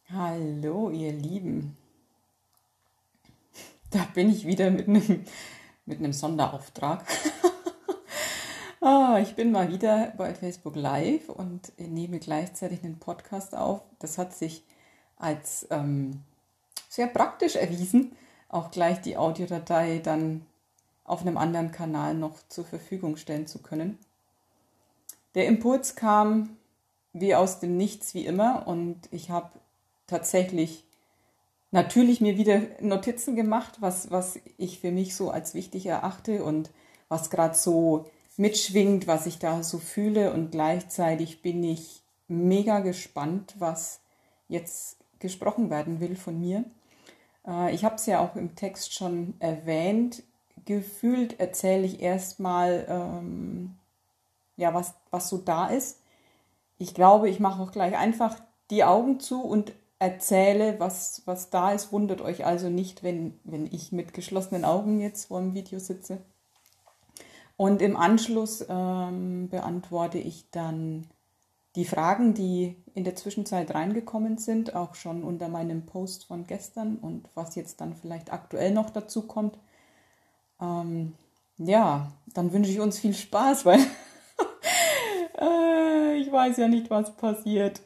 Hallo, ihr Lieben. Da bin ich wieder mit einem Sonderauftrag. Ich bin mal wieder bei Facebook Live und nehme gleichzeitig einen Podcast auf. Das hat sich als sehr praktisch erwiesen, auch gleich die Audiodatei dann auf einem anderen Kanal noch zur Verfügung stellen zu können. Der Impuls kam wie aus dem Nichts, wie immer, und ich habe tatsächlich natürlich mir wieder Notizen gemacht, was ich für mich so als wichtig erachte und was gerade so mitschwingt, was ich da so fühle. Und gleichzeitig bin ich mega gespannt, was jetzt gesprochen werden will von mir. Ich habe es ja auch im Text schon erwähnt. Gefühlt erzähle ich erstmal, ja, was so da ist. Ich glaube, ich mache auch gleich einfach die Augen zu und erzähle, was da ist. Wundert euch also nicht, wenn ich mit geschlossenen Augen jetzt vor dem Video sitze. Und im Anschluss beantworte ich dann die Fragen, die in der Zwischenzeit reingekommen sind, auch schon unter meinem Post von gestern und was jetzt dann vielleicht aktuell noch dazu kommt. Ja, dann wünsche ich uns viel Spaß, weil ich weiß ja nicht, was passiert.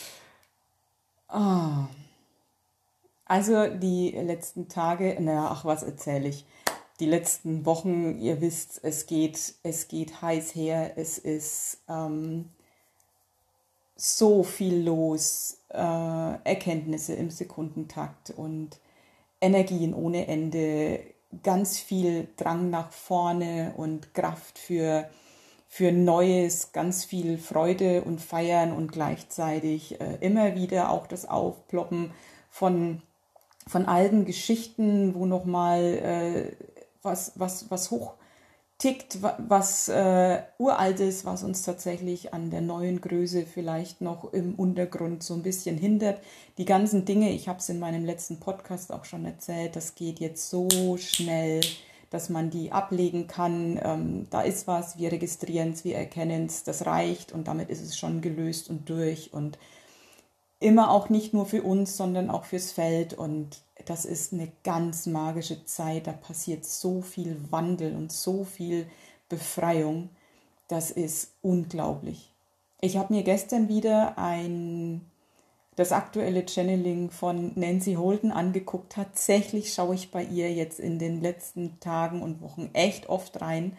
Also die letzten Tage, naja, ach, was erzähle ich? Die letzten Wochen, ihr wisst, es geht heiß her, es ist so viel los, Erkenntnisse im Sekundentakt und Energien ohne Ende, ganz viel Drang nach vorne und Kraft für Neues, ganz viel Freude und Feiern und gleichzeitig immer wieder auch das Aufploppen von alten Geschichten, wo nochmal was hoch tickt, was uraltes, was uns tatsächlich an der neuen Größe vielleicht noch im Untergrund so ein bisschen hindert. Die ganzen Dinge, ich habe es in meinem letzten Podcast auch schon erzählt, das geht jetzt so schnell, dass man die ablegen kann. Da ist was, wir registrieren es, wir erkennen es, das reicht und damit ist es schon gelöst und durch und immer auch nicht nur für uns, sondern auch fürs Feld. Und das ist eine ganz magische Zeit. Da passiert so viel Wandel und so viel Befreiung. Das ist unglaublich. Ich habe mir gestern wieder das aktuelle Channeling von Nancy Holden angeguckt. Tatsächlich schaue ich bei ihr jetzt in den letzten Tagen und Wochen echt oft rein.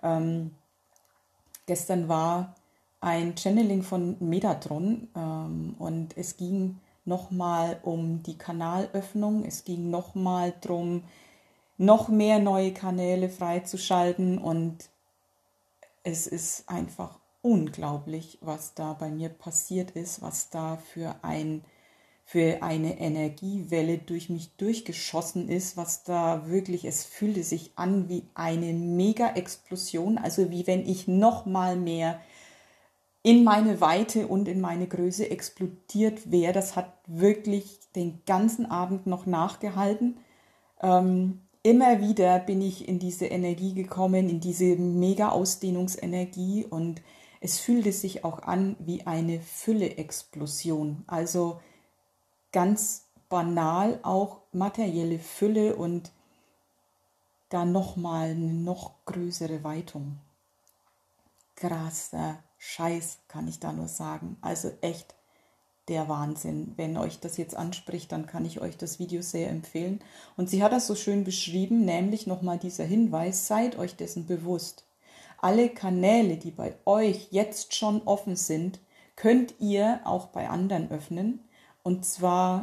Gestern war ein Channeling von Metatron und es ging nochmal um die Kanalöffnung, es ging nochmal darum, noch mehr neue Kanäle freizuschalten und es ist einfach unglaublich, was da bei mir passiert ist, was da für eine Energiewelle durch mich durchgeschossen ist, was da wirklich, es fühlte sich an wie eine Mega-Explosion, also wie wenn ich noch mal mehr in meine Weite und in meine Größe explodiert wäre. Das hat wirklich den ganzen Abend noch nachgehalten. Immer wieder bin ich in diese Energie gekommen, in diese Mega-Ausdehnungsenergie und es fühlte sich auch an wie eine Fülle-Explosion. Also ganz banal auch materielle Fülle und dann nochmal eine noch größere Weitung. Krasser Scheiß, kann ich da nur sagen. Also echt der Wahnsinn. Wenn euch das jetzt anspricht, dann kann ich euch das Video sehr empfehlen. Und sie hat das so schön beschrieben, nämlich nochmal dieser Hinweis, seid euch dessen bewusst. Alle Kanäle, die bei euch jetzt schon offen sind, könnt ihr auch bei anderen öffnen. Und zwar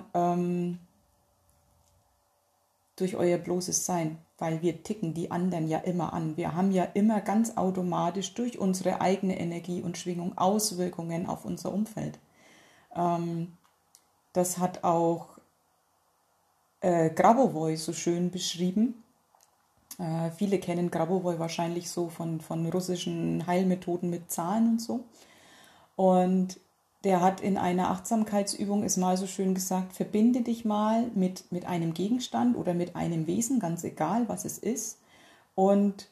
durch euer bloßes Sein, weil wir ticken die anderen ja immer an. Wir haben ja immer ganz automatisch durch unsere eigene Energie und Schwingung Auswirkungen auf unser Umfeld. Das hat auch Grabovoi so schön beschrieben. Viele kennen Grabovoi wahrscheinlich so von russischen Heilmethoden mit Zahlen und so. Und der hat in einer Achtsamkeitsübung es mal so schön gesagt, verbinde dich mal mit einem Gegenstand oder mit einem Wesen, ganz egal, was es ist, und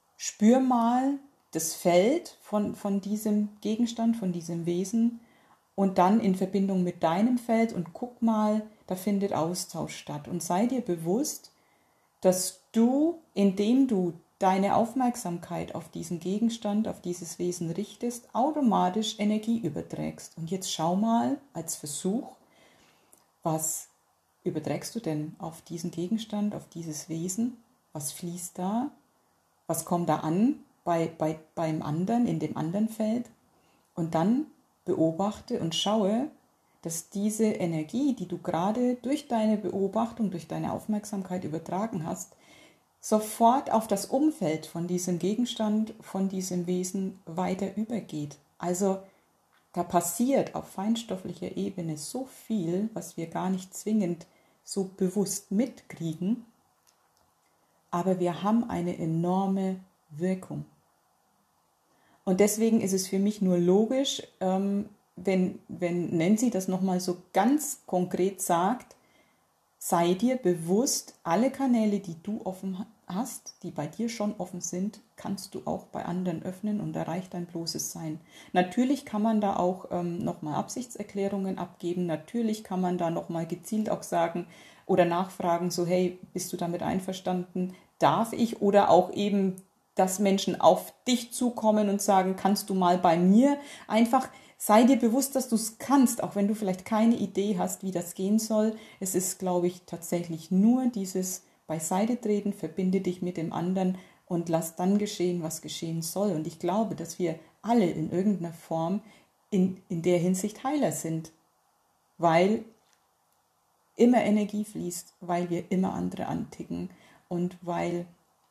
spür mal das Feld von diesem Gegenstand, von diesem Wesen und dann in Verbindung mit deinem Feld und guck mal, da findet Austausch statt. Und sei dir bewusst, dass du, indem du deine Aufmerksamkeit auf diesen Gegenstand, auf dieses Wesen richtest, automatisch Energie überträgst. Und jetzt schau mal als Versuch, was überträgst du denn auf diesen Gegenstand, auf dieses Wesen? Was fließt da? Was kommt da an beim anderen, in dem anderen Feld? Und dann beobachte und schaue, dass diese Energie, die du gerade durch deine Beobachtung, durch deine Aufmerksamkeit übertragen hast, sofort auf das Umfeld von diesem Gegenstand, von diesem Wesen weiter übergeht. Also da passiert auf feinstofflicher Ebene so viel, was wir gar nicht zwingend so bewusst mitkriegen, aber wir haben eine enorme Wirkung. Und deswegen ist es für mich nur logisch, wenn Nancy das nochmal so ganz konkret sagt, sei dir bewusst, alle Kanäle, die du offen hast, die bei dir schon offen sind, kannst du auch bei anderen öffnen und da reicht dein bloßes Sein. Natürlich kann man da auch nochmal Absichtserklärungen abgeben, natürlich kann man da nochmal gezielt auch sagen oder nachfragen, so hey, bist du damit einverstanden, darf ich, oder auch eben, dass Menschen auf dich zukommen und sagen, kannst du mal bei mir, einfach sei dir bewusst, dass du es kannst, auch wenn du vielleicht keine Idee hast, wie das gehen soll. Es ist, glaube ich, tatsächlich nur dieses Beiseite treten, verbinde dich mit dem anderen und lass dann geschehen, was geschehen soll. Und ich glaube, dass wir alle in irgendeiner Form in der Hinsicht Heiler sind, weil immer Energie fließt, weil wir immer andere anticken und weil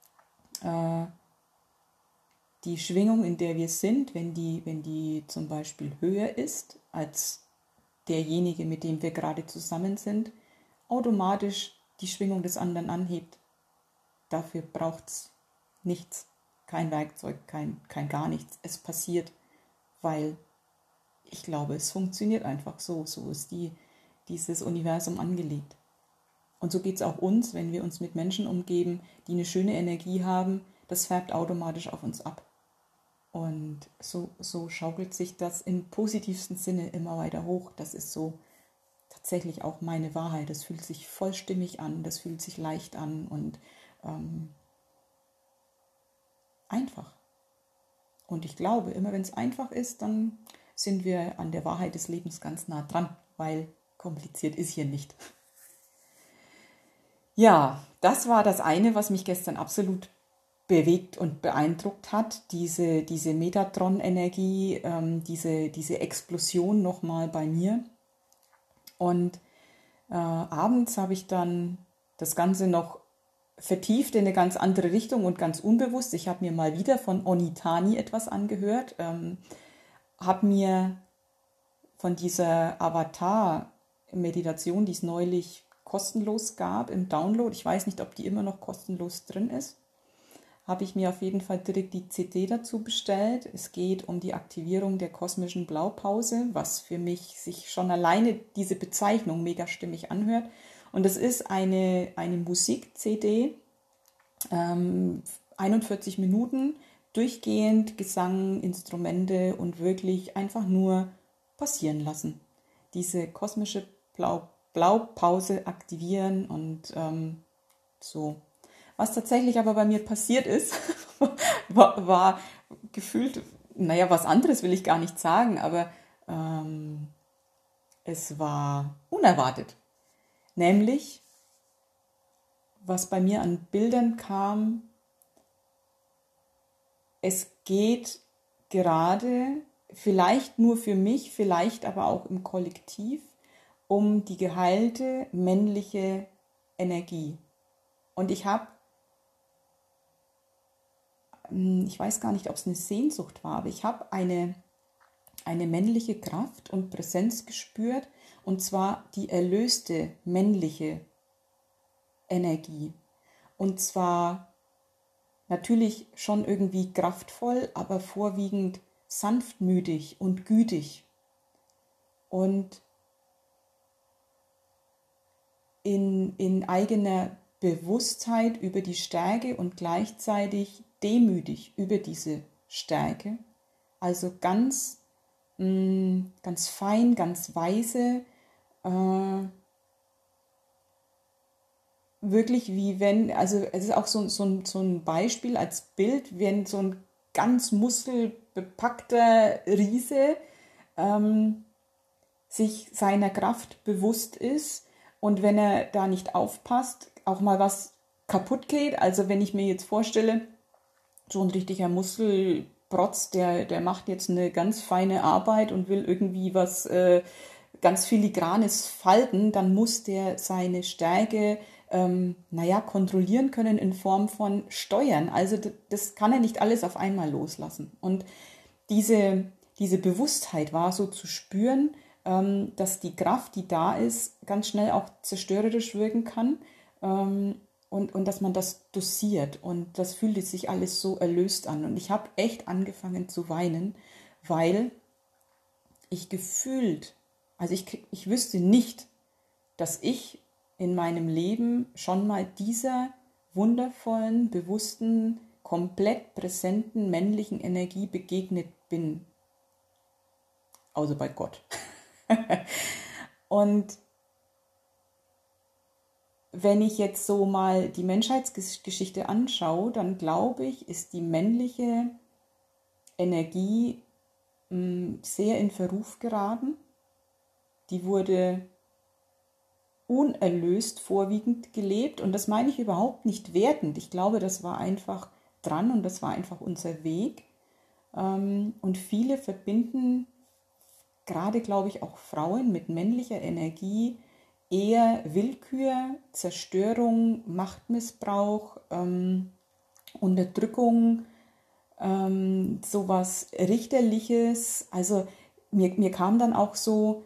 die Schwingung, in der wir sind, wenn die zum Beispiel höher ist als derjenige, mit dem wir gerade zusammen sind, automatisch die Schwingung des anderen anhebt. Dafür braucht es nichts, kein Werkzeug, kein gar nichts. Es passiert, weil ich glaube, es funktioniert einfach so. So ist dieses Universum angelegt. Und so geht es auch uns, wenn wir uns mit Menschen umgeben, die eine schöne Energie haben, das färbt automatisch auf uns ab. Und so schaukelt sich das im positivsten Sinne immer weiter hoch. Das ist so tatsächlich auch meine Wahrheit. Das fühlt sich vollstimmig an, das fühlt sich leicht an und einfach. Und ich glaube, immer wenn es einfach ist, dann sind wir an der Wahrheit des Lebens ganz nah dran, weil kompliziert ist hier nicht. Ja, das war das eine, was mich gestern absolut bewegt und beeindruckt hat, diese Metatron-Energie, diese Explosion nochmal bei mir. Und abends habe ich dann das Ganze noch vertieft in eine ganz andere Richtung und ganz unbewusst. Ich habe mir mal wieder von Onitani etwas angehört, habe mir von dieser Avatar-Meditation, die es neulich kostenlos gab im Download, ich weiß nicht, ob die immer noch kostenlos drin ist, habe ich mir auf jeden Fall direkt die CD dazu bestellt. Es geht um die Aktivierung der kosmischen Blaupause, was für mich sich schon alleine diese Bezeichnung mega stimmig anhört. Und es ist eine Musik-CD, 41 Minuten, durchgehend Gesang, Instrumente und wirklich einfach nur passieren lassen. Diese kosmische Blaupause aktivieren und so. Was tatsächlich aber bei mir passiert ist, war gefühlt, naja, was anderes will ich gar nicht sagen, aber es war unerwartet. Nämlich, was bei mir an Bildern kam, es geht gerade, vielleicht nur für mich, vielleicht aber auch im Kollektiv, um die geheilte männliche Energie. Und ich weiß gar nicht, ob es eine Sehnsucht war, aber ich habe eine männliche Kraft und Präsenz gespürt, und zwar die erlöste männliche Energie. Und zwar natürlich schon irgendwie kraftvoll, aber vorwiegend sanftmütig und gütig. Und in eigener Bewusstheit über die Stärke und gleichzeitig demütig über diese Stärke. Also ganz ganz fein, ganz weise, wirklich wie wenn, also es ist auch so ein Beispiel als Bild, wenn so ein ganz muskelbepackter Riese sich seiner Kraft bewusst ist und wenn er da nicht aufpasst, auch mal was kaputt geht. Also wenn ich mir jetzt vorstelle, so ein richtiger Muskelprotz, der macht jetzt eine ganz feine Arbeit und will irgendwie was ganz filigranes falten, dann muss der seine Stärke kontrollieren können in Form von Steuern. Also das kann er nicht alles auf einmal loslassen. Und diese Bewusstheit war so zu spüren, dass die Kraft, die da ist, ganz schnell auch zerstörerisch wirken kann. Und dass man das dosiert. Und das fühlte sich alles so erlöst an. Und ich habe echt angefangen zu weinen, weil ich gefühlt, also ich wüsste nicht, dass ich in meinem Leben schon mal dieser wundervollen, bewussten, komplett präsenten männlichen Energie begegnet bin. Außer bei Gott. Und wenn ich jetzt so mal die Menschheitsgeschichte anschaue, dann glaube ich, ist die männliche Energie sehr in Verruf geraten. Die wurde unerlöst vorwiegend gelebt und das meine ich überhaupt nicht wertend. Ich glaube, das war einfach dran und das war einfach unser Weg. Und viele verbinden, gerade glaube ich auch Frauen mit männlicher Energie, eher Willkür, Zerstörung, Machtmissbrauch, Unterdrückung, sowas Richterliches. Also mir kam dann auch so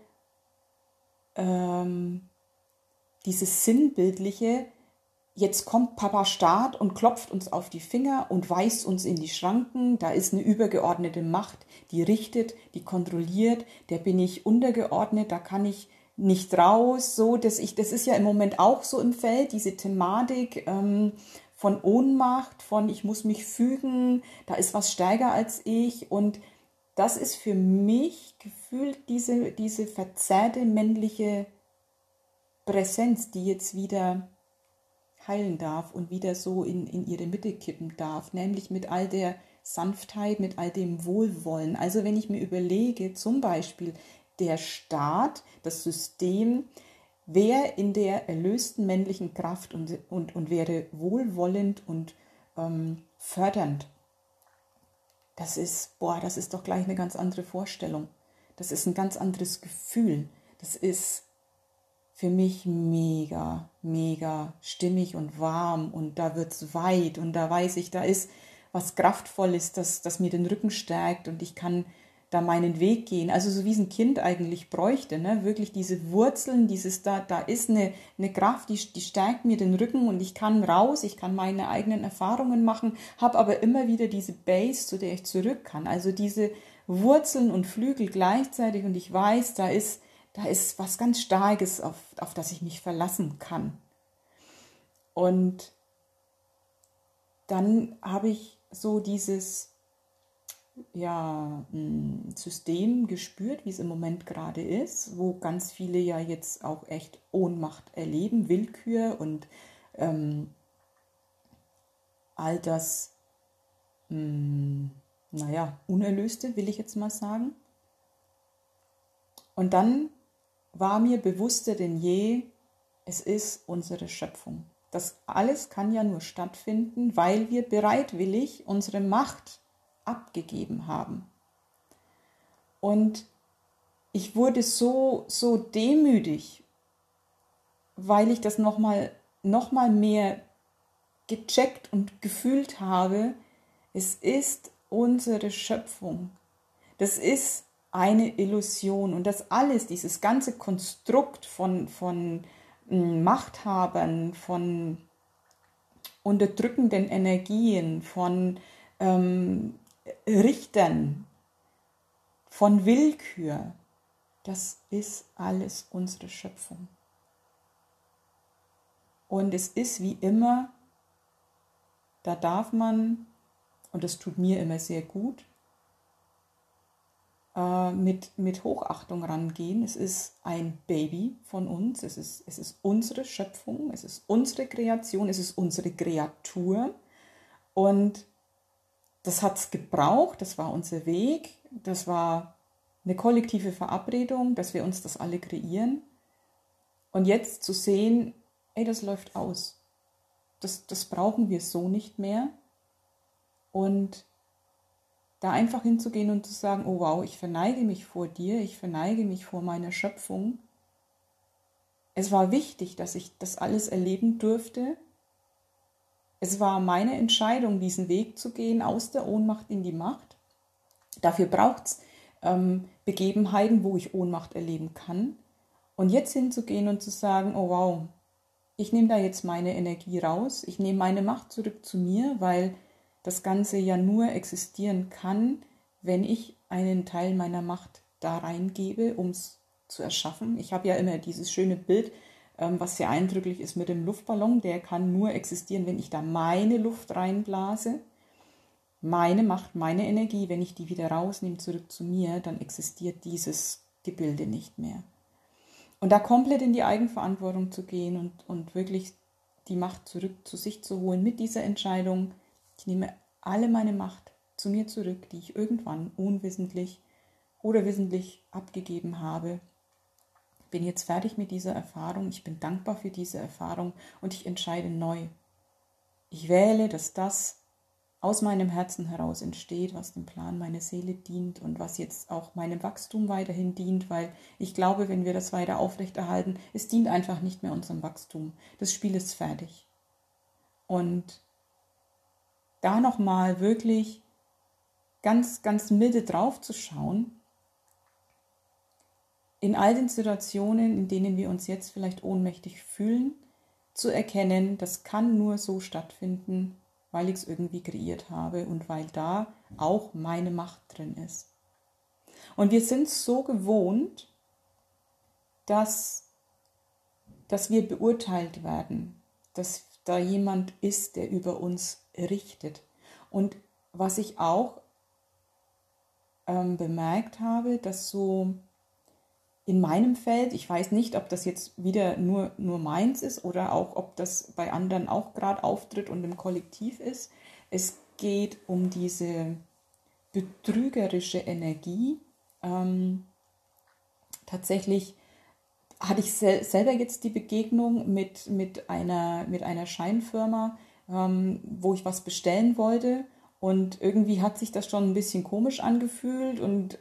dieses Sinnbildliche, jetzt kommt Papa Staat und klopft uns auf die Finger und weist uns in die Schranken. Da ist eine übergeordnete Macht, die richtet, die kontrolliert. Der bin ich untergeordnet, da kann ich nicht raus. So, das ist ja im Moment auch so im Feld, diese Thematik von Ohnmacht, von ich muss mich fügen, da ist was stärker als ich. Und das ist für mich gefühlt diese verzerrte männliche Präsenz, die jetzt wieder heilen darf und wieder so in ihre Mitte kippen darf, nämlich mit all der Sanftheit, mit all dem Wohlwollen. Also wenn ich mir überlege, zum Beispiel der Staat, das System, wäre in der erlösten männlichen Kraft und wäre wohlwollend und fördernd. Das ist doch gleich eine ganz andere Vorstellung. Das ist ein ganz anderes Gefühl. Das ist für mich mega, mega stimmig und warm und da wird's weit und da weiß ich, da ist was Kraftvolles, das mir den Rücken stärkt und ich kann da meinen Weg gehen. Also so wie es ein Kind eigentlich bräuchte, ne? Wirklich diese Wurzeln, da ist eine Kraft, die stärkt mir den Rücken und ich kann raus, ich kann meine eigenen Erfahrungen machen, habe aber immer wieder diese Base, zu der ich zurück kann. Also diese Wurzeln und Flügel gleichzeitig und ich weiß, da ist was ganz Starkes, auf das ich mich verlassen kann. Und dann habe ich so dieses System gespürt, wie es im Moment gerade ist, wo ganz viele ja jetzt auch echt Ohnmacht erleben, Willkür und all das, Unerlöste, will ich jetzt mal sagen. Und dann war mir bewusster denn je, es ist unsere Schöpfung. Das alles kann ja nur stattfinden, weil wir bereitwillig unsere Macht abgegeben haben. Und ich wurde so demütig, weil ich das noch mal mehr gecheckt und gefühlt habe. Es ist unsere Schöpfung. Das ist eine Illusion und das alles, dieses ganze Konstrukt von Machthabern, von unterdrückenden Energien, von Richtern, von Willkür, das ist alles unsere Schöpfung. Und es ist wie immer, da darf man, und das tut mir immer sehr gut, mit Hochachtung rangehen. Es ist ein Baby von uns, es ist unsere Schöpfung, es ist unsere Kreation, es ist unsere Kreatur. Und das hat es gebraucht, das war unser Weg, das war eine kollektive Verabredung, dass wir uns das alle kreieren. Und jetzt zu sehen, ey, das läuft aus. Das brauchen wir so nicht mehr. Und da einfach hinzugehen und zu sagen, oh wow, ich verneige mich vor dir, ich verneige mich vor meiner Schöpfung. Es war wichtig, dass ich das alles erleben durfte. Es war meine Entscheidung, diesen Weg zu gehen, aus der Ohnmacht in die Macht. Dafür braucht es Begebenheiten, wo ich Ohnmacht erleben kann. Und jetzt hinzugehen und zu sagen, oh wow, ich nehme da jetzt meine Energie raus, ich nehme meine Macht zurück zu mir, weil das Ganze ja nur existieren kann, wenn ich einen Teil meiner Macht da reingebe, um es zu erschaffen. Ich habe ja immer dieses schöne Bild, was sehr eindrücklich ist mit dem Luftballon, der kann nur existieren, wenn ich da meine Luft reinblase. Meine Macht, meine Energie, wenn ich die wieder rausnehme, zurück zu mir, dann existiert dieses Gebilde nicht mehr. Und da komplett in die Eigenverantwortung zu gehen und wirklich die Macht zurück zu sich zu holen mit dieser Entscheidung, ich nehme alle meine Macht zu mir zurück, die ich irgendwann unwissentlich oder wissentlich abgegeben habe. Bin jetzt fertig mit dieser Erfahrung, ich bin dankbar für diese Erfahrung und ich entscheide neu. Ich wähle, dass das aus meinem Herzen heraus entsteht, was dem Plan meiner Seele dient und was jetzt auch meinem Wachstum weiterhin dient, weil ich glaube, wenn wir das weiter aufrechterhalten, es dient einfach nicht mehr unserem Wachstum. Das Spiel ist fertig. Und da nochmal wirklich ganz, ganz milde drauf zu schauen, in all den Situationen, in denen wir uns jetzt vielleicht ohnmächtig fühlen, zu erkennen, das kann nur so stattfinden, weil ich es irgendwie kreiert habe und weil da auch meine Macht drin ist. Und wir sind so gewohnt, dass wir beurteilt werden, dass da jemand ist, der über uns richtet. Und was ich auch bemerkt habe, dass so in meinem Feld, ich weiß nicht, ob das jetzt wieder nur meins ist oder auch, ob das bei anderen auch gerade auftritt und im Kollektiv ist. Es geht um diese betrügerische Energie. Tatsächlich hatte ich selber jetzt die Begegnung mit einer Scheinfirma, wo ich was bestellen wollte. Und irgendwie hat sich das schon ein bisschen komisch angefühlt und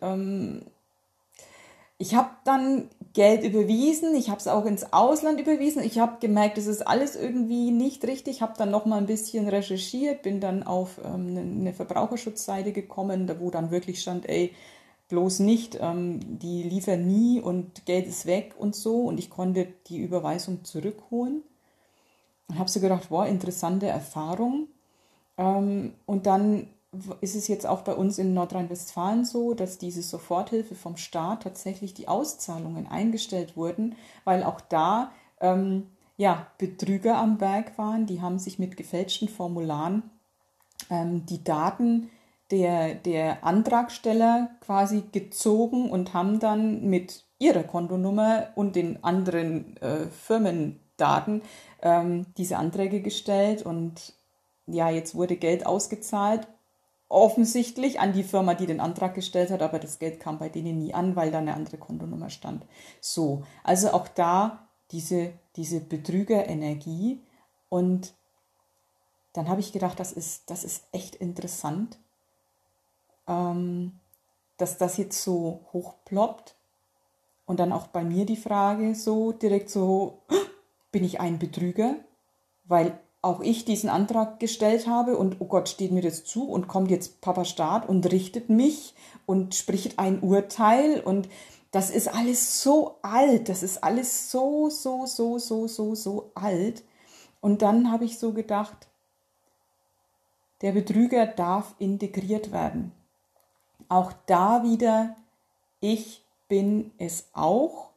ich habe dann Geld überwiesen, ich habe es auch ins Ausland überwiesen. Ich habe gemerkt, das ist alles irgendwie nicht richtig. Habe dann noch mal ein bisschen recherchiert, bin dann auf eine Verbraucherschutzseite gekommen, wo dann wirklich stand, ey, bloß nicht, die liefern nie und Geld ist weg und so. Und ich konnte die Überweisung zurückholen. Und habe so gedacht, wow, interessante Erfahrung. Und dann ist es jetzt auch bei uns in Nordrhein-Westfalen so, dass diese Soforthilfe vom Staat tatsächlich die Auszahlungen eingestellt wurden, weil auch da Betrüger am Werk waren. Die haben sich mit gefälschten Formularen die Daten der Antragsteller quasi gezogen und haben dann mit ihrer Kontonummer und den anderen Firmendaten diese Anträge gestellt und ja, jetzt wurde Geld ausgezahlt, offensichtlich an die Firma, die den Antrag gestellt hat, aber das Geld kam bei denen nie an, weil da eine andere Kontonummer stand. So, also auch da diese Betrügerenergie. Und dann habe ich gedacht, das ist echt interessant, dass das jetzt so hochploppt. Und dann auch bei mir die Frage so, direkt so, bin ich ein Betrüger? Weil auch ich diesen Antrag gestellt habe und oh Gott, steht mir das zu und kommt jetzt Papa Staat und richtet mich und spricht ein Urteil und das ist alles so alt, das ist alles so alt. Und dann habe ich so gedacht, der Betrüger darf integriert werden. Auch da wieder, ich bin es auch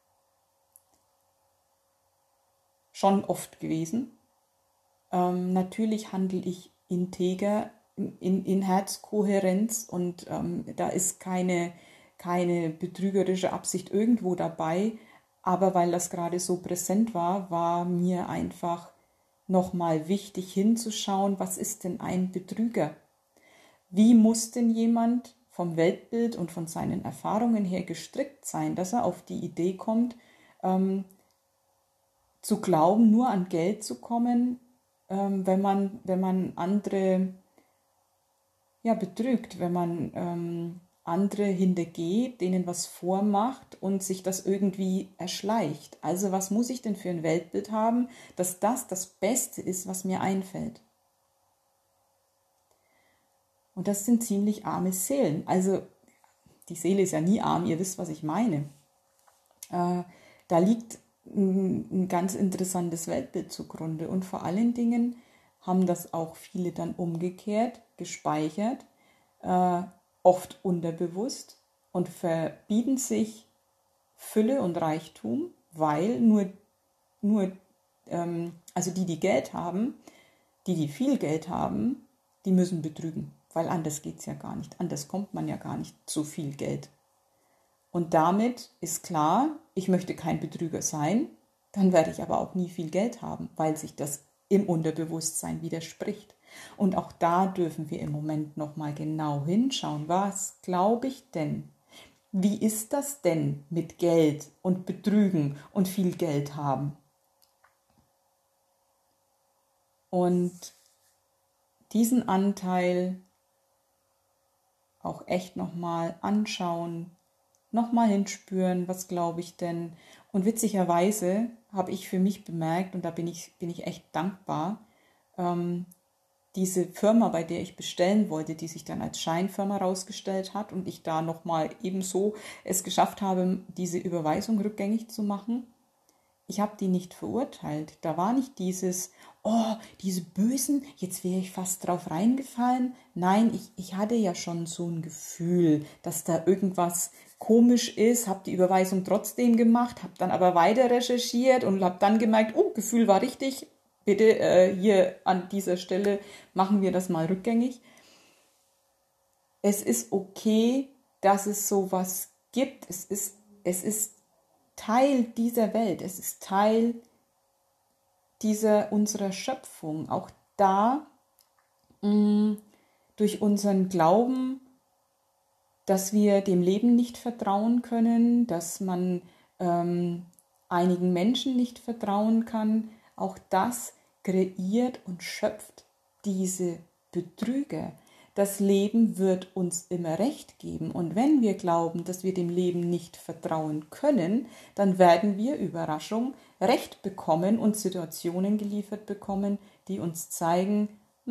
schon oft gewesen. Natürlich handle ich integer in Herzkohärenz und da ist keine keine betrügerische Absicht irgendwo dabei, aber weil das gerade so präsent war, war mir einfach nochmal wichtig hinzuschauen, was ist denn ein Betrüger? Wie muss denn jemand vom Weltbild und von seinen Erfahrungen her gestrickt sein, dass er auf die Idee kommt, zu glauben, nur an Geld zu kommen, wenn man andere betrügt, wenn man andere hintergeht, denen was vormacht und sich das irgendwie erschleicht. Also was muss ich denn für ein Weltbild haben, dass das Beste ist, was mir einfällt? Und das sind ziemlich arme Seelen. Also die Seele ist ja nie arm, ihr wisst, was ich meine. Da liegt ein ganz interessantes Weltbild zugrunde. Und vor allen Dingen haben das auch viele dann umgekehrt, gespeichert, oft unterbewusst und verbieten sich Fülle und Reichtum, weil also die Geld haben, die viel Geld haben, die müssen betrügen, weil anders geht es ja gar nicht. Anders kommt man ja gar nicht zu viel Geld. Und damit ist klar, ich möchte kein Betrüger sein, dann werde ich aber auch nie viel Geld haben, weil sich das im Unterbewusstsein widerspricht. Und auch da dürfen wir im Moment nochmal genau hinschauen. Was glaube ich denn? Wie ist das denn mit Geld und Betrügen und viel Geld haben? Und diesen Anteil auch echt nochmal anschauen, nochmal hinspüren, was glaube ich denn. Und witzigerweise habe ich für mich bemerkt, und da bin ich echt dankbar, diese Firma, bei der ich bestellen wollte, die sich dann als Scheinfirma rausgestellt hat und ich da nochmal ebenso es geschafft habe, diese Überweisung rückgängig zu machen, ich habe die nicht verurteilt. Da war nicht dieses, oh, diese Bösen, jetzt wäre ich fast drauf reingefallen. Nein, ich hatte ja schon so ein Gefühl, dass da irgendwas komisch ist, habe die Überweisung trotzdem gemacht, habe dann aber weiter recherchiert und habe dann gemerkt, oh, Gefühl war richtig, bitte hier an dieser Stelle machen wir das mal rückgängig. Es ist okay, dass es sowas gibt. Es ist Teil dieser Welt. Es ist Teil unserer Schöpfung. Auch da durch unseren Glauben, dass wir dem Leben nicht vertrauen können, dass man einigen Menschen nicht vertrauen kann, auch das kreiert und schöpft diese Betrüger. Das Leben wird uns immer recht geben. Und wenn wir glauben, dass wir dem Leben nicht vertrauen können, dann werden wir, Überraschung, Recht bekommen und Situationen geliefert bekommen, die uns zeigen,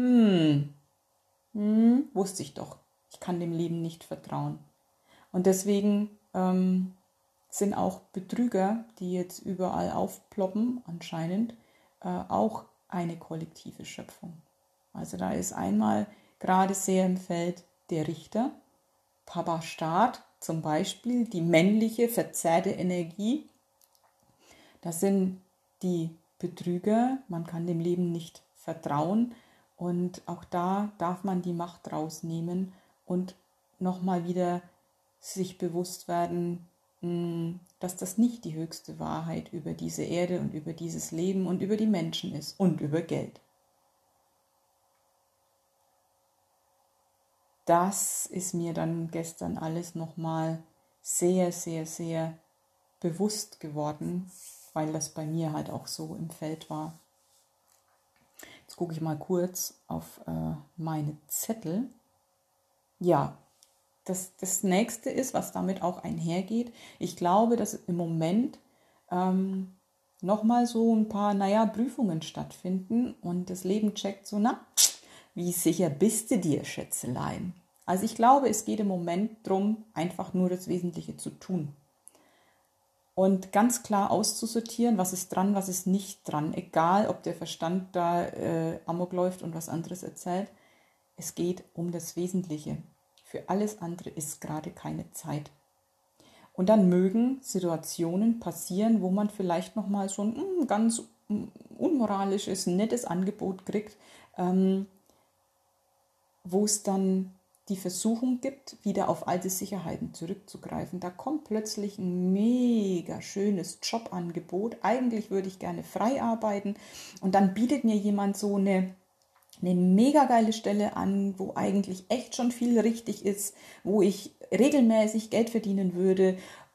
wusste ich doch, ich kann dem Leben nicht vertrauen. Und deswegen sind auch Betrüger, die jetzt überall aufploppen, anscheinend, auch eine kollektive Schöpfung. Also da ist einmal gerade sehr im Feld der Richter, Papa Staat zum Beispiel, die männliche, verzerrte Energie. Das sind die Betrüger, man kann dem Leben nicht vertrauen und auch da darf man die Macht rausnehmen und nochmal wieder sich bewusst werden, dass das nicht die höchste Wahrheit über diese Erde und über dieses Leben und über die Menschen ist und über Geld. Das ist mir dann gestern alles nochmal sehr, sehr, sehr bewusst geworden, weil das bei mir halt auch so im Feld war. Jetzt gucke ich mal kurz auf meine Zettel. Ja, das nächste ist, was damit auch einhergeht. Ich glaube, dass im Moment nochmal so ein paar, Prüfungen stattfinden und das Leben checkt so, wie sicher bist du dir, Schätzelein? Also ich glaube, es geht im Moment darum, einfach nur das Wesentliche zu tun. Und ganz klar auszusortieren, was ist dran, was ist nicht dran. Egal, ob der Verstand da Amok läuft und was anderes erzählt. Es geht um das Wesentliche. Für alles andere ist gerade keine Zeit. Und dann mögen Situationen passieren, wo man vielleicht nochmal so ein ganz unmoralisches, nettes Angebot kriegt, wo es dann die Versuchung gibt, wieder auf alte Sicherheiten zurückzugreifen. Da kommt plötzlich ein mega schönes Jobangebot. Eigentlich würde ich gerne frei arbeiten und dann bietet mir jemand so eine mega geile Stelle an, wo eigentlich echt schon viel richtig ist, wo ich regelmäßig Geld verdienen würde.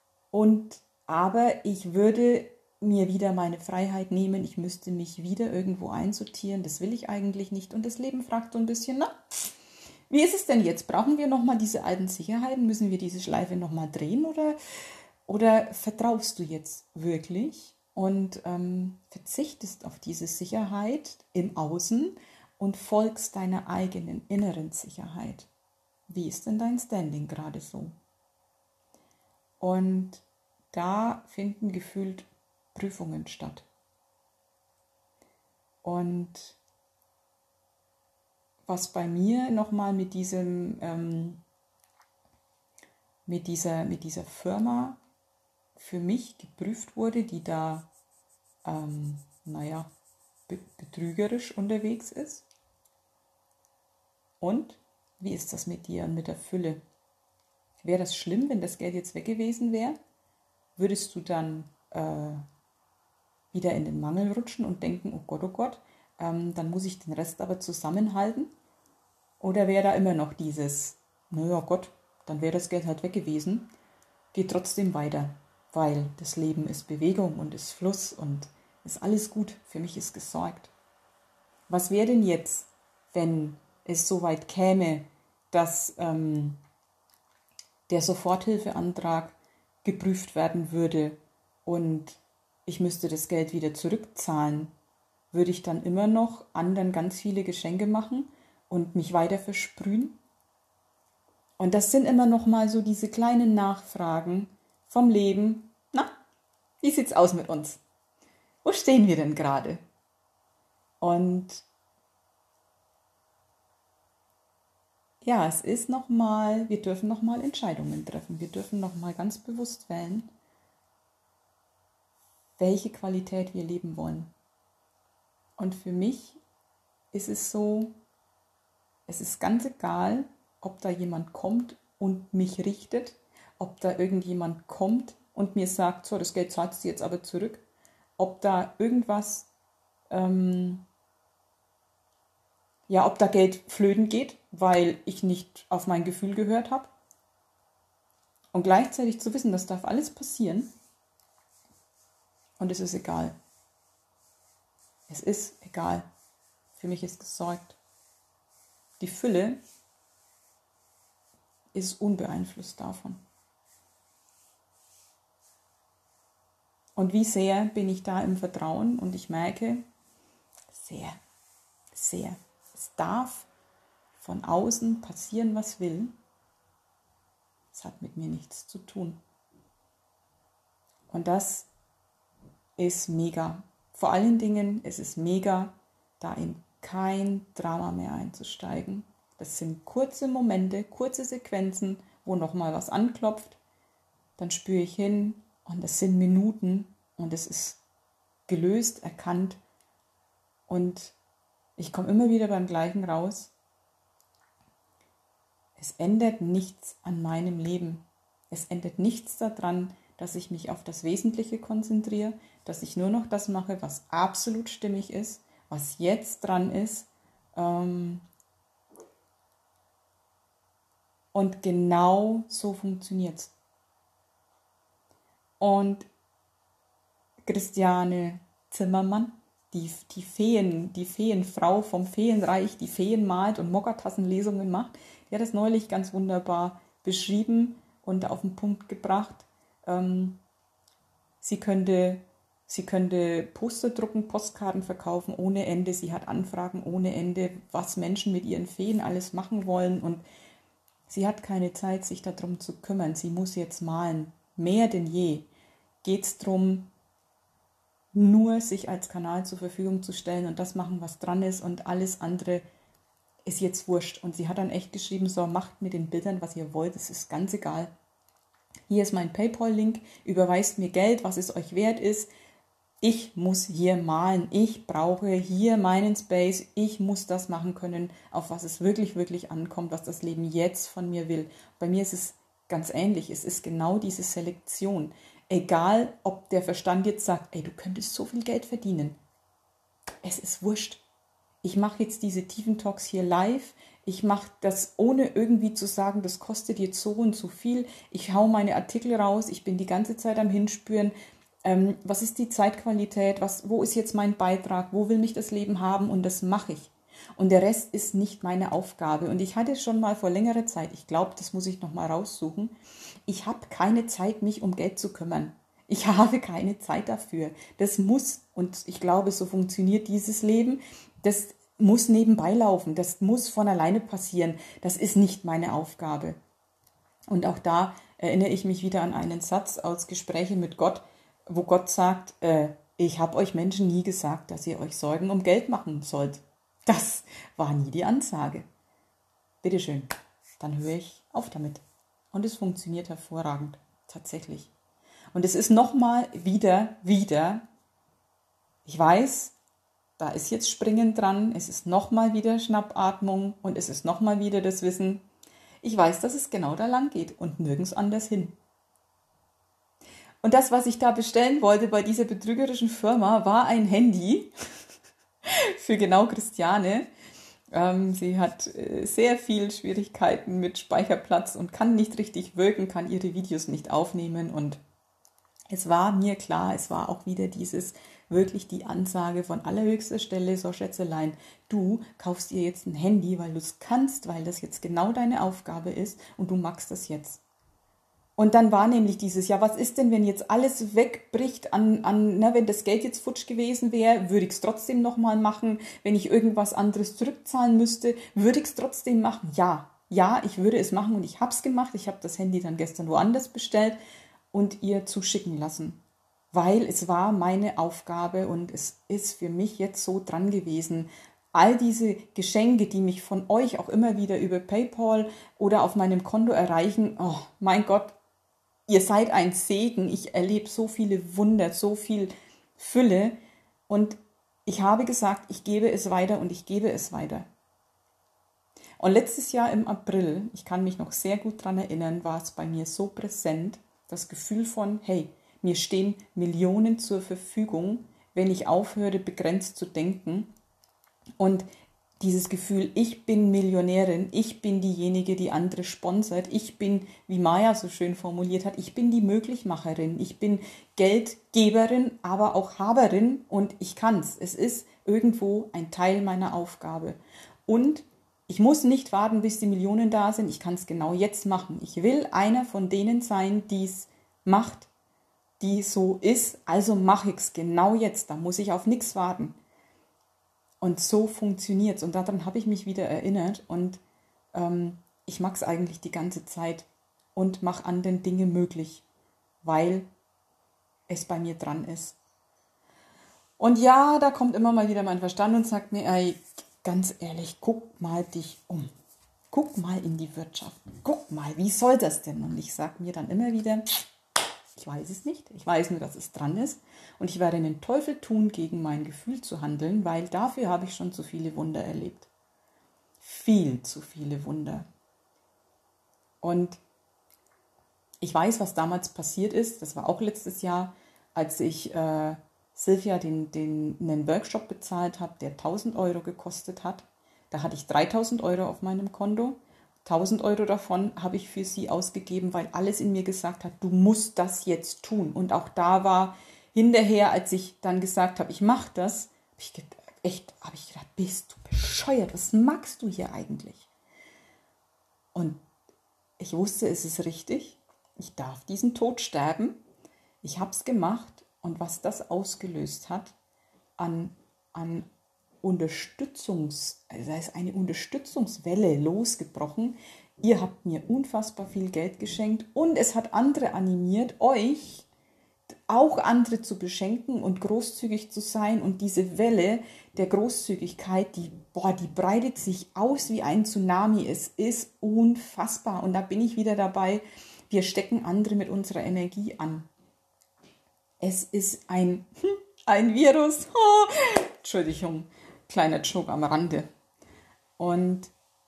Aber ich würde mir wieder meine Freiheit nehmen. Ich müsste mich wieder irgendwo einsortieren. Das will ich eigentlich nicht. Und das Leben fragt so ein bisschen, na, wie ist es denn jetzt? Brauchen wir nochmal diese alten Sicherheiten? Müssen wir diese Schleife nochmal drehen? Oder vertraust du jetzt wirklich und verzichtest auf diese Sicherheit im Außen und folgst deiner eigenen inneren Sicherheit? Wie ist denn dein Standing gerade so? Und da finden gefühlt Prüfungen statt. Und was bei mir nochmal mit dieser Firma für mich geprüft wurde, die da, betrügerisch unterwegs ist. Und wie ist das mit dir und mit der Fülle? Wäre das schlimm, wenn das Geld jetzt weg gewesen wäre? Würdest du dann wieder in den Mangel rutschen und denken, oh Gott, dann muss ich den Rest aber zusammenhalten? Oder wäre da immer noch dieses, naja Gott, dann wäre das Geld halt weg gewesen, geht trotzdem weiter, weil das Leben ist Bewegung und ist Fluss und ist alles gut, für mich ist gesorgt. Was wäre denn jetzt, wenn es so weit käme, dass der Soforthilfeantrag geprüft werden würde und ich müsste das Geld wieder zurückzahlen? Würde ich dann immer noch anderen ganz viele Geschenke machen und mich weiter versprühen? Und das sind immer noch mal so diese kleinen Nachfragen vom Leben. Na, wie sieht's aus mit uns? Wo stehen wir denn gerade? Und ja, es ist nochmal, wir dürfen nochmal Entscheidungen treffen. Wir dürfen nochmal ganz bewusst wählen, welche Qualität wir leben wollen. Und für mich ist es so, es ist ganz egal, ob da jemand kommt und mich richtet, ob da irgendjemand kommt und mir sagt, so, das Geld zahlst du jetzt aber zurück, ob da irgendwas, ob da Geld flöten geht, weil ich nicht auf mein Gefühl gehört habe. Und gleichzeitig zu wissen, das darf alles passieren und es ist egal. Es ist egal. Für mich ist gesorgt. Die Fülle ist unbeeinflusst davon. Und wie sehr bin ich da im Vertrauen und ich merke, sehr. Es darf von außen passieren, was will. Es hat mit mir nichts zu tun. Und das ist mega. Vor allen Dingen ist es mega, da in kein Drama mehr einzusteigen. Das sind kurze Momente, kurze Sequenzen, wo nochmal was anklopft. Dann spüre ich hin und es sind Minuten und es ist gelöst, erkannt. Und ich komme immer wieder beim Gleichen raus. Es ändert nichts an meinem Leben. Es ändert nichts daran, dass ich mich auf das Wesentliche konzentriere, dass ich nur noch das mache, was absolut stimmig ist, was jetzt dran ist. Und genau so funktioniert es. Und Christiane Zimmermann, die Feenfrau vom Feenreich, die Feen malt und Mokkatassenlesungen macht, die hat das neulich ganz wunderbar beschrieben und auf den Punkt gebracht. Sie könnte Poster drucken, Postkarten verkaufen ohne Ende. Sie hat Anfragen ohne Ende, was Menschen mit ihren Feen alles machen wollen. Und sie hat keine Zeit, sich darum zu kümmern. Sie muss jetzt malen. Mehr denn je geht es darum, nur sich als Kanal zur Verfügung zu stellen und das machen, was dran ist. Und alles andere ist jetzt wurscht. Und sie hat dann echt geschrieben, so, macht mit den Bildern, was ihr wollt. Es ist ganz egal. Hier ist mein PayPal-Link, überweist mir Geld, was es euch wert ist. Ich muss hier malen, ich brauche hier meinen Space, ich muss das machen können, auf was es wirklich, wirklich ankommt, was das Leben jetzt von mir will. Bei mir ist es ganz ähnlich, es ist genau diese Selektion. Egal, ob der Verstand jetzt sagt, ey, du könntest so viel Geld verdienen. Es ist wurscht. Ich mache jetzt diese tiefen Talks hier live. Ich mache das ohne irgendwie zu sagen, das kostet jetzt so und so viel. Ich hau meine Artikel raus. Ich bin die ganze Zeit am Hinspüren. Was ist die Zeitqualität? Wo ist jetzt mein Beitrag? Wo will mich das Leben haben? Und das mache ich. Und der Rest ist nicht meine Aufgabe. Und ich hatte schon mal vor längerer Zeit, ich glaube, das muss ich noch mal raussuchen, ich habe keine Zeit, mich um Geld zu kümmern. Ich habe keine Zeit dafür. Das muss, und ich glaube, so funktioniert dieses Leben, das muss nebenbei laufen, das muss von alleine passieren. Das ist nicht meine Aufgabe. Und auch da erinnere ich mich wieder an einen Satz aus Gesprächen mit Gott, wo Gott sagt, ich habe euch Menschen nie gesagt, dass ihr euch Sorgen um Geld machen sollt. Das war nie die Ansage. Bitteschön, dann höre ich auf damit. Und es funktioniert hervorragend, tatsächlich. Und es ist nochmal wieder, ich weiß, da ist jetzt Springen dran, es ist nochmal wieder Schnappatmung und es ist nochmal wieder das Wissen, ich weiß, dass es genau da lang geht und nirgends anders hin. Und das, was ich da bestellen wollte bei dieser betrügerischen Firma, war ein Handy für genau Christiane. Sie hat sehr viel Schwierigkeiten mit Speicherplatz und kann nicht richtig wirken, kann ihre Videos nicht aufnehmen. Und es war mir klar, es war auch wieder wirklich die Ansage von allerhöchster Stelle, so Schätzelein, du kaufst ihr jetzt ein Handy, weil du es kannst, weil das jetzt genau deine Aufgabe ist und du magst das jetzt. Und dann war nämlich ja, was ist denn, wenn jetzt alles wegbricht wenn das Geld jetzt futsch gewesen wäre, würde ich es trotzdem nochmal machen. Wenn ich irgendwas anderes zurückzahlen müsste, würde ich es trotzdem machen. Ja, ich würde es machen und ich habe es gemacht. Ich habe das Handy dann gestern woanders bestellt und ihr zuschicken lassen. Weil es war meine Aufgabe und es ist für mich jetzt so dran gewesen, all diese Geschenke, die mich von euch auch immer wieder über PayPal oder auf meinem Konto erreichen, oh mein Gott, ihr seid ein Segen, ich erlebe so viele Wunder, so viel Fülle und ich habe gesagt, ich gebe es weiter und ich gebe es weiter. Und letztes Jahr im April, ich kann mich noch sehr gut daran erinnern, war es bei mir so präsent, das Gefühl von, hey, mir stehen Millionen zur Verfügung, wenn ich aufhöre, begrenzt zu denken. Und dieses Gefühl, ich bin Millionärin, ich bin diejenige, die andere sponsert, ich bin, wie Maya so schön formuliert hat, ich bin die Möglichmacherin, ich bin Geldgeberin, aber auch Haberin und ich kann's. Es ist irgendwo ein Teil meiner Aufgabe. Und ich muss nicht warten, bis die Millionen da sind, ich kann es genau jetzt machen. Ich will einer von denen sein, die es macht, die so ist, also mache ich es genau jetzt, da muss ich auf nichts warten. Und so funktioniert es. Und daran habe ich mich wieder erinnert. Und ich mag es eigentlich die ganze Zeit und mache anderen Dinge möglich, weil es bei mir dran ist. Und ja, da kommt immer mal wieder mein Verstand und sagt mir, ey, ganz ehrlich, guck mal dich um. Guck mal in die Wirtschaft. Guck mal, wie soll das denn? Und ich sage mir dann immer wieder, ich weiß es nicht. Ich weiß nur, dass es dran ist. Und ich werde den Teufel tun, gegen mein Gefühl zu handeln, weil dafür habe ich schon zu viele Wunder erlebt. Viel zu viele Wunder. Und ich weiß, was damals passiert ist. Das war auch letztes Jahr, als ich Silvia einen Workshop bezahlt habe, der 1.000 Euro gekostet hat. Da hatte ich 3.000 Euro auf meinem Konto. 1.000 Euro davon habe ich für sie ausgegeben, weil alles in mir gesagt hat, du musst das jetzt tun. Und auch da war hinterher, als ich dann gesagt habe, ich mache das, habe ich gedacht, bist du bescheuert, was magst du hier eigentlich? Und ich wusste, es ist richtig, ich darf diesen Tod sterben. Ich habe es gemacht und was das ausgelöst hat an da ist eine Unterstützungswelle losgebrochen. Ihr habt mir unfassbar viel Geld geschenkt und es hat andere animiert, euch auch andere zu beschenken und großzügig zu sein. Und diese Welle der Großzügigkeit, die breitet sich aus wie ein Tsunami. Es ist unfassbar. Und da bin ich wieder dabei, wir stecken andere mit unserer Energie an. Es ist ein ein Virus. Oh, Entschuldigung, kleiner Joke am Rande. Und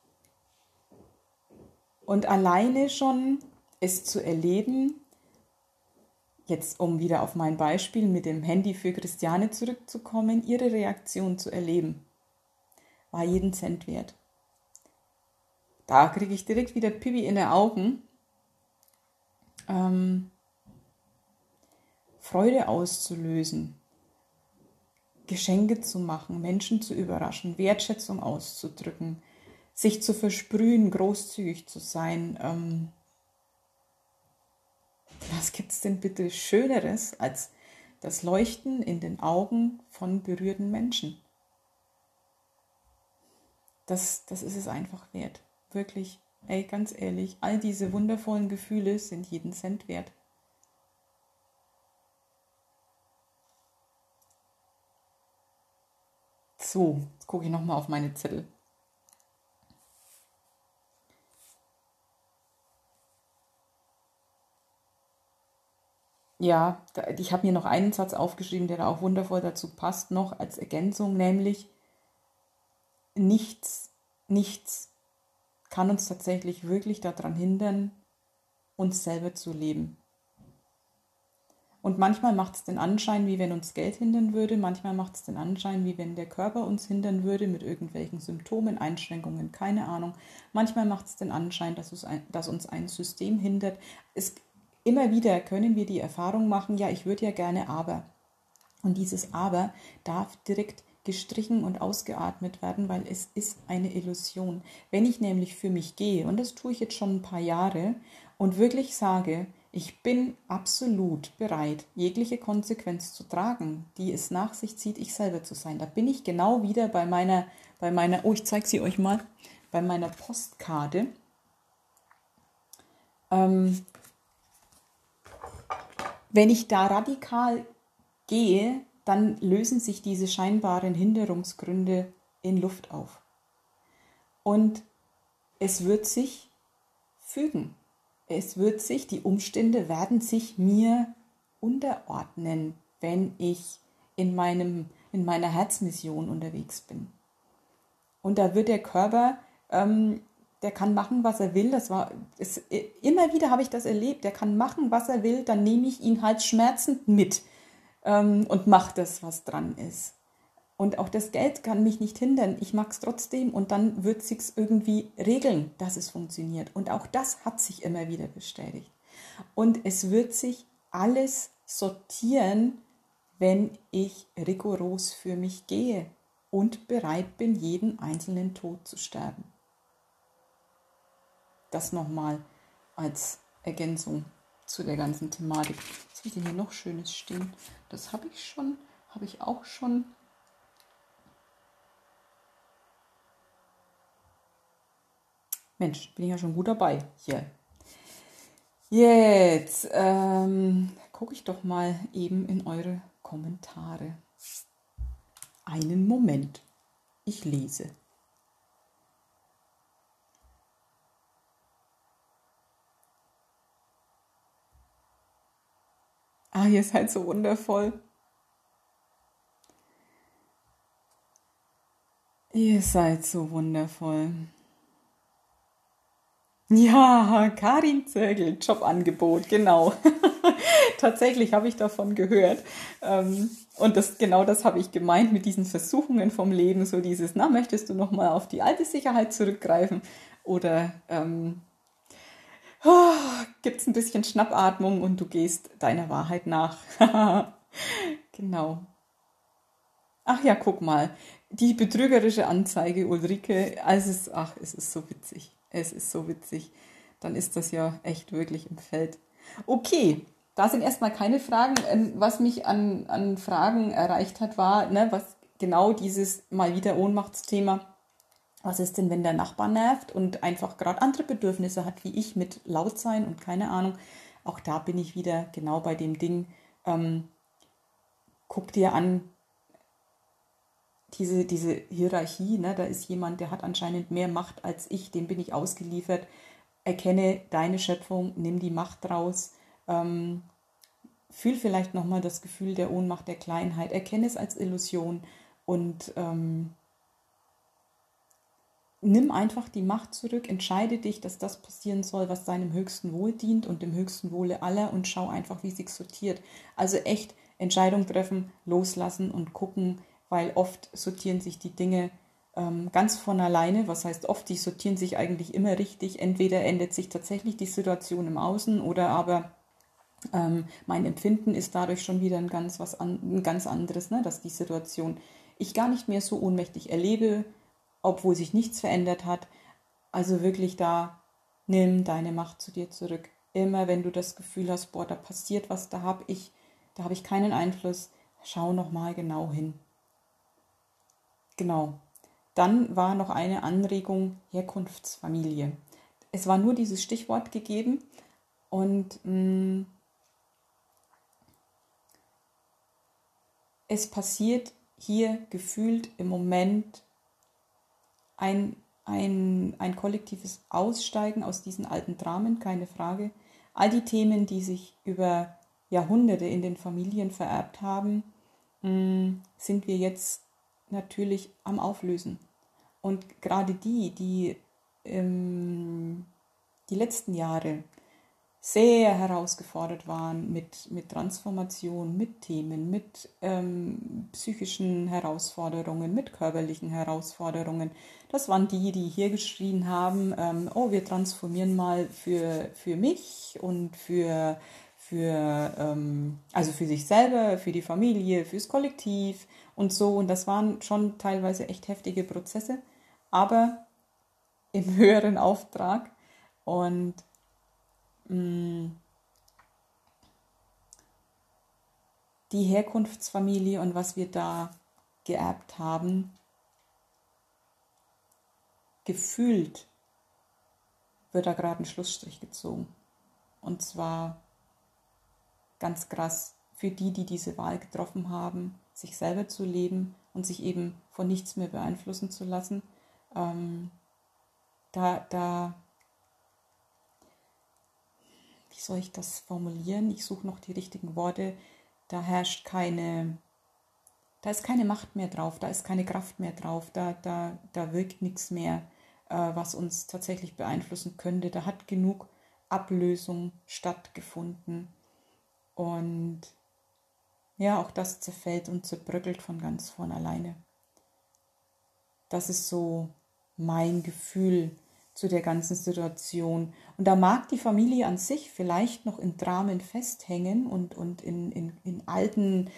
alleine schon es zu erleben, jetzt um wieder auf mein Beispiel mit dem Handy für Christiane zurückzukommen, ihre Reaktion zu erleben, war jeden Cent wert. Da kriege ich direkt wieder Pipi in den Augen. Freude auszulösen, Geschenke zu machen, Menschen zu überraschen, Wertschätzung auszudrücken, sich zu versprühen, großzügig zu sein. Was gibt es denn bitte Schöneres als das Leuchten in den Augen von berührten Menschen? Das ist es einfach wert. Wirklich, ey, ganz ehrlich, all diese wundervollen Gefühle sind jeden Cent wert. So, jetzt gucke ich nochmal auf meine Zettel. Ja, ich habe mir noch einen Satz aufgeschrieben, der da auch wundervoll dazu passt, noch als Ergänzung, nämlich nichts kann uns tatsächlich wirklich daran hindern, uns selber zu leben. Und manchmal macht es den Anschein, wie wenn uns Geld hindern würde, manchmal macht es den Anschein, wie wenn der Körper uns hindern würde mit irgendwelchen Symptomen, Einschränkungen, keine Ahnung. Manchmal macht es den Anschein, dass uns ein System hindert. Immer wieder können wir die Erfahrung machen, ja, ich würde ja gerne, aber. Und dieses aber darf direkt gestrichen und ausgeatmet werden, weil es ist eine Illusion. Wenn ich nämlich für mich gehe, und das tue ich jetzt schon ein paar Jahre, und wirklich sage, ich bin absolut bereit, jegliche Konsequenz zu tragen, die es nach sich zieht, ich selber zu sein. Da bin ich genau wieder bei meiner, ich zeige sie euch mal, bei meiner Postkarte. Wenn ich da radikal gehe, dann lösen sich diese scheinbaren Hinderungsgründe in Luft auf. Und es wird sich fügen. Die Umstände werden sich mir unterordnen, wenn ich in meiner Herzmission unterwegs bin. Und da wird der Körper, der kann machen, was er will. Immer wieder habe ich das erlebt. Der kann machen, was er will, dann nehme ich ihn halt schmerzend mit und mache das, was dran ist. Und auch das Geld kann mich nicht hindern. Ich mag es trotzdem und dann wird es sich irgendwie regeln, dass es funktioniert. Und auch das hat sich immer wieder bestätigt. Und es wird sich alles sortieren, wenn ich rigoros für mich gehe und bereit bin, jeden einzelnen Tod zu sterben. Das nochmal als Ergänzung zu der ganzen Thematik. Was habe ich denn hier noch Schönes stehen? Das habe ich auch schon. Mensch, bin ich ja schon gut dabei hier. Jetzt gucke ich doch mal eben in eure Kommentare. Einen Moment. Ich lese. Ah, ihr seid so wundervoll. Ihr seid so wundervoll. Ja, Karin Zirgel, Jobangebot, genau. Tatsächlich habe ich davon gehört. Und das habe ich gemeint mit diesen Versuchungen vom Leben, so dieses, möchtest du nochmal auf die alte Sicherheit zurückgreifen? Oder gibt es ein bisschen Schnappatmung und du gehst deiner Wahrheit nach? Genau. Ach ja, guck mal, die betrügerische Anzeige Ulrike, es ist so witzig. Es ist so witzig. Dann ist das ja echt wirklich im Feld. Okay, da sind erstmal keine Fragen. Was mich an Fragen erreicht hat, war, was genau dieses mal wieder Ohnmachtsthema. Was ist denn, wenn der Nachbar nervt und einfach gerade andere Bedürfnisse hat, wie ich, mit laut sein und keine Ahnung. Auch da bin ich wieder genau bei dem Ding. Guck dir an, diese Hierarchie, da ist jemand, der hat anscheinend mehr Macht als ich, dem bin ich ausgeliefert. Erkenne deine Schöpfung, nimm die Macht raus, fühl vielleicht nochmal das Gefühl der Ohnmacht, der Kleinheit, erkenne es als Illusion und nimm einfach die Macht zurück, entscheide dich, dass das passieren soll, was deinem höchsten Wohl dient und dem höchsten Wohle aller und schau einfach, wie sich sortiert. Also echt Entscheidung treffen, loslassen und gucken, weil oft sortieren sich die Dinge ganz von alleine. Was heißt oft? Die sortieren sich eigentlich immer richtig. Entweder ändert sich tatsächlich die Situation im Außen oder aber mein Empfinden ist dadurch schon wieder ein ganz anderes, ne? Dass die Situation ich gar nicht mehr so ohnmächtig erlebe, obwohl sich nichts verändert hat. Also wirklich da, nimm deine Macht zu dir zurück. Immer wenn du das Gefühl hast, boah, da passiert was, da habe ich keinen Einfluss, schau nochmal genau hin. Genau. Dann war noch eine Anregung, Herkunftsfamilie. Es war nur dieses Stichwort gegeben und es passiert hier gefühlt im Moment ein kollektives Aussteigen aus diesen alten Dramen, keine Frage. All die Themen, die sich über Jahrhunderte in den Familien vererbt haben, sind wir jetzt natürlich am Auflösen. Und gerade die letzten Jahre sehr herausgefordert waren mit Transformation, mit Themen, mit psychischen Herausforderungen, mit körperlichen Herausforderungen. Das waren die hier geschrien haben, oh, wir transformieren mal für mich und also für sich selber, für die Familie, fürs Kollektiv und so. Und das waren schon teilweise echt heftige Prozesse, aber im höheren Auftrag. Und die Herkunftsfamilie und was wir da geerbt haben, gefühlt wird da gerade ein Schlussstrich gezogen. Und zwar ganz krass für die diese Wahl getroffen haben, sich selber zu leben und sich eben von nichts mehr beeinflussen zu lassen. Wie soll ich das formulieren? Ich suche noch die richtigen Worte. Da ist keine Macht mehr drauf, da ist keine Kraft mehr drauf, da wirkt nichts mehr, was uns tatsächlich beeinflussen könnte. Da hat genug Ablösung stattgefunden. Und ja, auch das zerfällt und zerbröckelt von ganz von alleine. Das ist so mein Gefühl zu der ganzen Situation. Und da mag die Familie an sich vielleicht noch in Dramen festhängen und in alten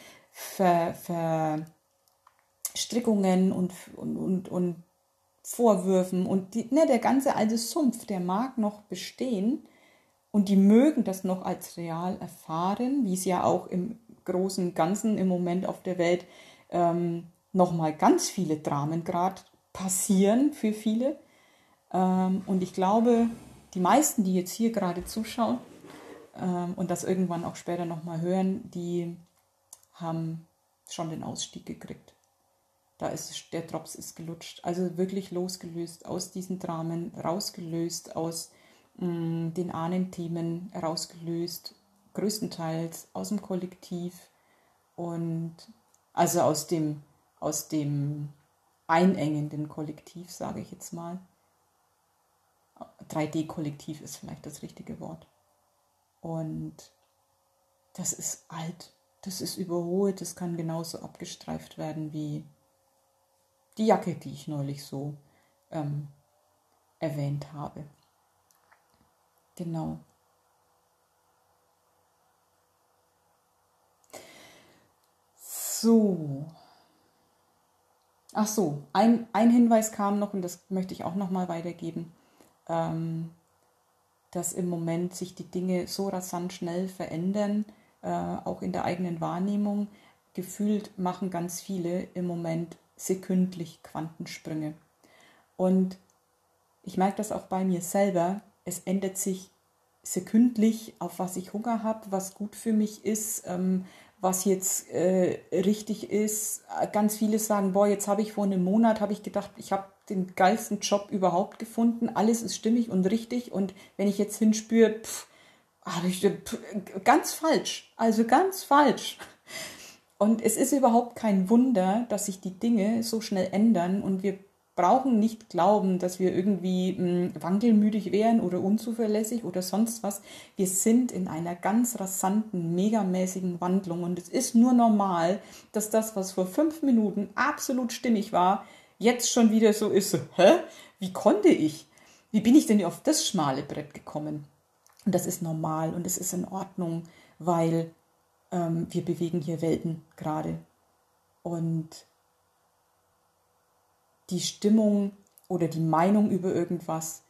Verstrickungen und Vorwürfen und der ganze alte Sumpf, der mag noch bestehen und die mögen das noch als real erfahren, wie es ja auch im großen Ganzen im Moment auf der Welt nochmal ganz viele Dramen gerade passieren für viele. Und ich glaube, die meisten, die jetzt hier gerade zuschauen und das irgendwann auch später nochmal hören, die haben schon den Ausstieg gekriegt. Der Drops ist gelutscht. Also wirklich losgelöst aus diesen Dramen, rausgelöst aus den Ahnenthemen, rausgelöst, größtenteils aus dem Kollektiv und also aus dem einengenden Kollektiv, sage ich jetzt mal. 3D-Kollektiv ist vielleicht das richtige Wort. Und das ist alt, das ist überholt, das kann genauso abgestreift werden wie die Jacke, die ich neulich so erwähnt habe. Genau. So. Ach so, ein Hinweis kam noch und das möchte ich auch nochmal weitergeben, dass im Moment sich die Dinge so rasant schnell verändern, auch in der eigenen Wahrnehmung. Gefühlt machen ganz viele im Moment sekündlich Quantensprünge. Und ich merke das auch bei mir selber, es ändert sich sekündlich, auf was ich Hunger habe, was gut für mich ist, was jetzt richtig ist. Ganz viele sagen, boah, jetzt habe ich vor einem Monat, habe ich gedacht, ich habe den geilsten Job überhaupt gefunden, alles ist stimmig und richtig und wenn ich jetzt hinspüre, Ganz falsch, also ganz falsch. Und es ist überhaupt kein Wunder, dass sich die Dinge so schnell ändern und wir brauchen nicht glauben, dass wir irgendwie wankelmütig wären oder unzuverlässig oder sonst was. Wir sind in einer ganz rasanten, megamäßigen Wandlung und es ist nur normal, dass das, was vor 5 Minuten absolut stimmig war, jetzt schon wieder so ist. Hä? Wie konnte ich? Wie bin ich denn auf das schmale Brett gekommen? Und das ist normal und es ist in Ordnung, weil wir bewegen hier Welten gerade. Und die Stimmung oder die Meinung über irgendwas,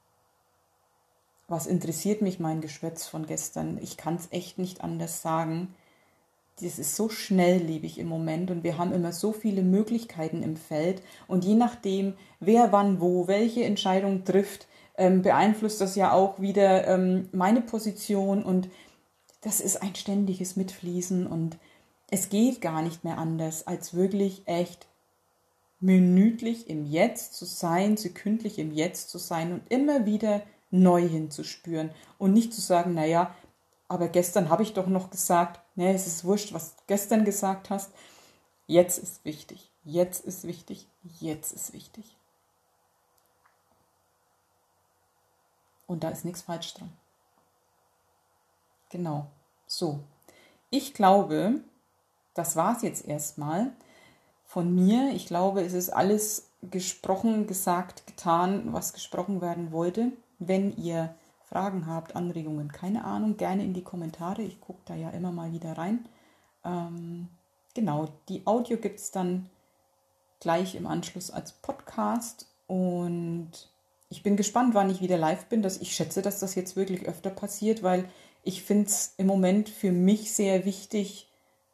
was interessiert mich mein Geschwätz von gestern? Ich kann es echt nicht anders sagen. Das ist so schnelllebig im Moment und wir haben immer so viele Möglichkeiten im Feld. Und je nachdem, wer wann wo welche Entscheidung trifft, beeinflusst das ja auch wieder meine Position. Und das ist ein ständiges Mitfließen. Und es geht gar nicht mehr anders, als wirklich echt minütlich im Jetzt zu sein, sekündlich im Jetzt zu sein und immer wieder neu hinzuspüren und nicht zu sagen, naja, aber gestern habe ich doch noch gesagt, nee, es ist wurscht, was du gestern gesagt hast. Jetzt ist wichtig, jetzt ist wichtig, jetzt ist wichtig. Und da ist nichts falsch dran. Genau, so. Ich glaube, das war es jetzt erstmal von mir. Ich glaube, es ist alles gesprochen, gesagt, getan, was gesprochen werden wollte. Wenn ihr Fragen habt, Anregungen, keine Ahnung, gerne in die Kommentare. Ich gucke da ja immer mal wieder rein. Genau, die Audio gibt es dann gleich im Anschluss als Podcast. Und ich bin gespannt, wann ich wieder live bin. Ich schätze, dass das jetzt wirklich öfter passiert, weil ich finde es im Moment für mich sehr wichtig,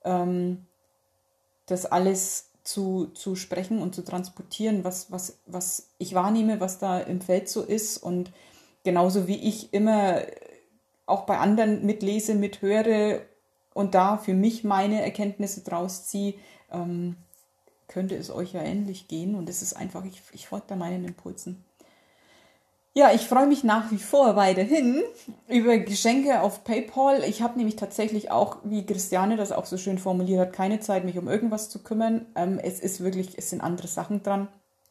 das alles zu sprechen und zu transportieren, was ich wahrnehme, was da im Feld so ist. Und genauso wie ich immer auch bei anderen mitlese, mithöre und da für mich meine Erkenntnisse draus ziehe, könnte es euch ja ähnlich gehen. Und es ist einfach, ich folge da meinen Impulsen. Ja, ich freue mich nach wie vor weiterhin über Geschenke auf PayPal. Ich habe nämlich tatsächlich auch, wie Christiane das auch so schön formuliert hat, keine Zeit, mich um irgendwas zu kümmern. Es sind andere Sachen dran.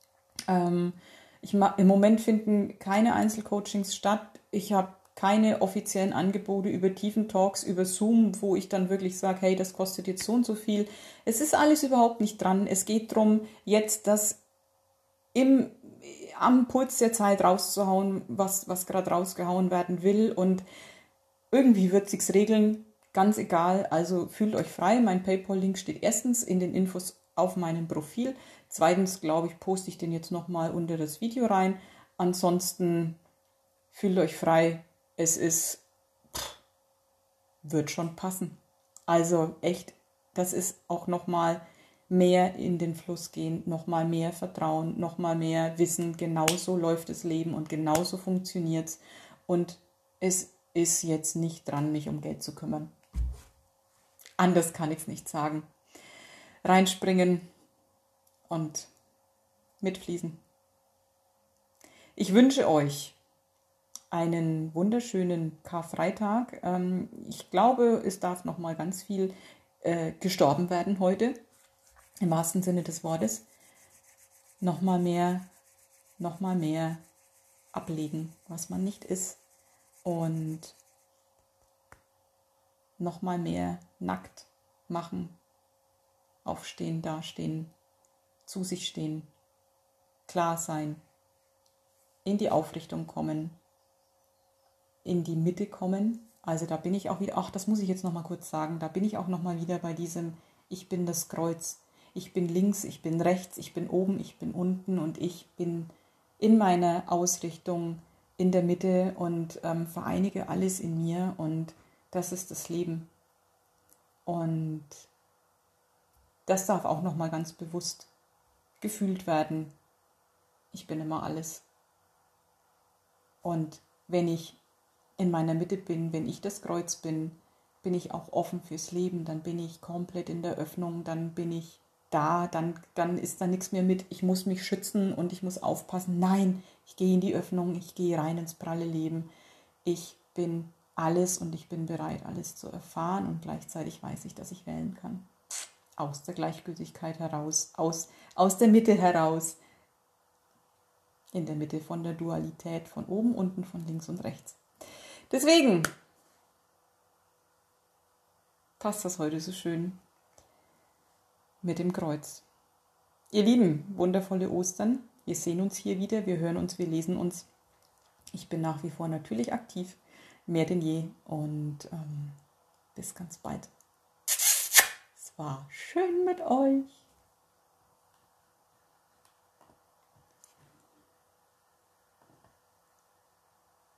Im Moment finden keine Einzelcoachings statt. Ich habe keine offiziellen Angebote über Tiefentalks, über Zoom, wo ich dann wirklich sage, hey, das kostet jetzt so und so viel. Es ist alles überhaupt nicht dran. Es geht darum, jetzt das am Puls der Zeit rauszuhauen, was gerade rausgehauen werden will. Und irgendwie wird sich's regeln, ganz egal. Also fühlt euch frei. Mein PayPal-Link steht erstens in den Infos auf meinem Profil. Zweitens, glaube ich, poste ich den jetzt nochmal unter das Video rein. Ansonsten fühlt euch frei. Wird schon passen. Also echt, das ist auch nochmal mehr in den Fluss gehen, nochmal mehr Vertrauen, nochmal mehr Wissen, genauso läuft das Leben und genauso funktioniert es. Und es ist jetzt nicht dran, mich um Geld zu kümmern. Anders kann ich es nicht sagen. Reinspringen und mitfließen. Ich wünsche euch einen wunderschönen Karfreitag. Ich glaube, es darf nochmal ganz viel gestorben werden heute. Im wahrsten Sinne des Wortes, nochmal mehr ablegen, was man nicht ist und nochmal mehr nackt machen, aufstehen, dastehen, zu sich stehen, klar sein, in die Aufrichtung kommen, in die Mitte kommen. Also da bin ich auch wieder, das muss ich jetzt nochmal kurz sagen, da bin ich auch nochmal wieder bei diesem, ich bin das Kreuz. Ich bin links, ich bin rechts, ich bin oben, ich bin unten und ich bin in meiner Ausrichtung in der Mitte und vereinige alles in mir und das ist das Leben. Und das darf auch nochmal ganz bewusst gefühlt werden. Ich bin immer alles. Und wenn ich in meiner Mitte bin, wenn ich das Kreuz bin, bin ich auch offen fürs Leben, dann bin ich komplett in der Öffnung, dann bin ich da, dann ist da nichts mehr mit, ich muss mich schützen und ich muss aufpassen. Nein, ich gehe in die Öffnung, ich gehe rein ins pralle Leben. Ich bin alles und ich bin bereit, alles zu erfahren und gleichzeitig weiß ich, dass ich wählen kann. Aus der Gleichgültigkeit heraus, aus der Mitte heraus, in der Mitte von der Dualität, von oben, unten, von links und rechts. Deswegen passt das heute so schön mit dem Kreuz. Ihr Lieben, wundervolle Ostern. Wir sehen uns hier wieder, wir hören uns, wir lesen uns. Ich bin nach wie vor natürlich aktiv, mehr denn je und bis ganz bald. Es war schön mit euch.